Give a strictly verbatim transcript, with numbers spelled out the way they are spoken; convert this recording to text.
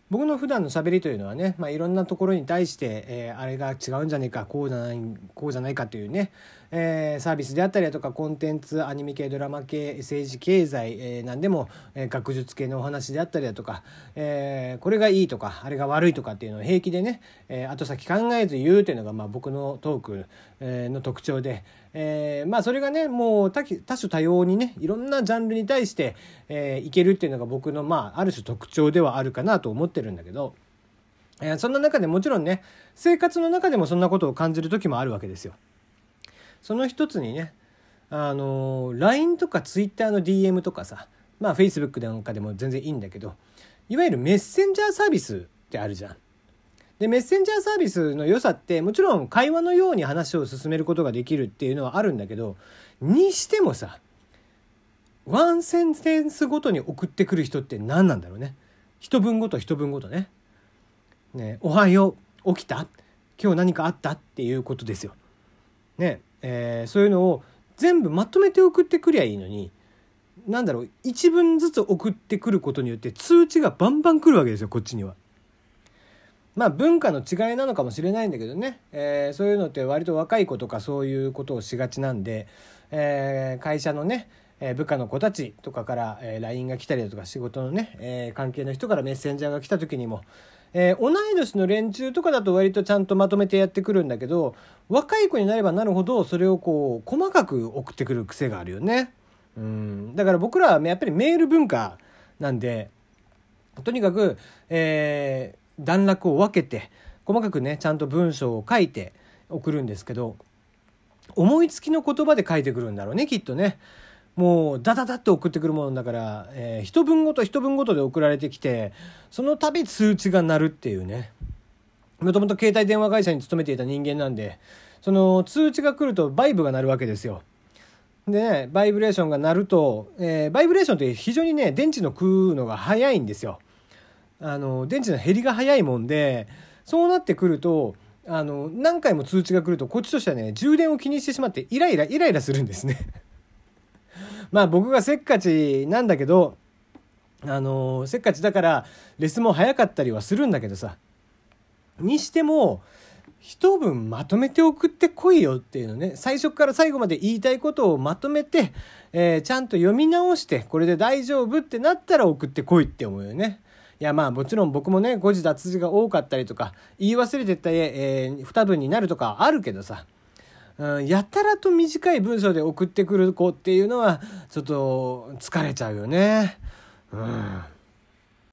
僕の普段の喋りというのはね、まあ、いろんなところに対して、えー、あれが違うんじゃねえか、こうじゃないこうじゃないかというね、えー、サービスであったりだとか、コンテンツ、アニメ系、ドラマ系、政治経済、えー、何でも、えー、学術系のお話であったりだとか、えー、これがいいとかあれが悪いとかっていうのを平気でね、えー、後先考えず言うというのが、まあ、僕のトーク、えー、の特徴で、えー、まあそれがねもう多多種多様にねいろんなジャンルに対して、えー、いけるっていうのが僕の、まあ、ある種特徴ではあるかなと思ってるんだけど、えー、そんな中でもちろんね生活の中でもそんなことを感じる時もあるわけですよ。その一つにねあの ライン とか Twitter の ディーエム とかさ、まあ Facebook なんかでも全然いいんだけど、いわゆるメッセンジャーサービスってあるじゃん。でメッセンジャーサービスの良さってもちろん会話のように話を進めることができるっていうのはあるんだけど、にしてもさワンセンテンスごとに送ってくる人って何なんだろうね。一文ごと一文ごとね。ね、おはよう、起きた、今日何かあったっていうことですよ。ね、えー、そういうのを全部まとめて送ってくりゃいいのに、なんだろう一文ずつ送ってくることによって通知がバンバン来るわけですよ、こっちには。まあ文化の違いなのかもしれないんだけどね、えー、そういうのって割と若い子とかそういうことをしがちなんで、えー、会社のね部下の子たちとかから、えー、ライン が来たりだとか仕事のね、えー、関係の人からメッセンジャーが来た時にも、えー、同い年の連中とかだと割とちゃんとまとめてやってくるんだけど、若い子になればなるほどそれをこう細かく送ってくる癖があるよね。うん、だから僕らはやっぱりメール文化なんで、とにかく、えー段落を分けて細かくねちゃんと文章を書いて送るんですけど、思いつきの言葉で書いてくるんだろうねきっとね。もうダダダッと送ってくるものだから、えー、一文ごと一文ごとで送られてきて、その度通知が鳴るっていうね。もともと携帯電話会社に勤めていた人間なんで、その通知が来るとバイブが鳴るわけですよ。でね、バイブレーションが鳴ると、えー、バイブレーションって非常にね電池の食うのが早いんですよ。あの電池の減りが早いもんで、そうなってくるとあの何回も通知が来るとこっちとしてはね充電を気にしてしまってイライライライラするんですねまあ僕がせっかちなんだけど、あのせっかちだからレスも早かったりはするんだけどさ、にしても一文まとめて送ってこいよっていうのね。最初から最後まで言いたいことをまとめて、えー、ちゃんと読み直してこれで大丈夫ってなったら送ってこいって思うよね。いやまあもちろん僕もね誤字脱字が多かったりとか言い忘れてた、えー、二文になるとかあるけどさ、うん、やたらと短い文章で送ってくる子っていうのはちょっと疲れちゃうよね。うん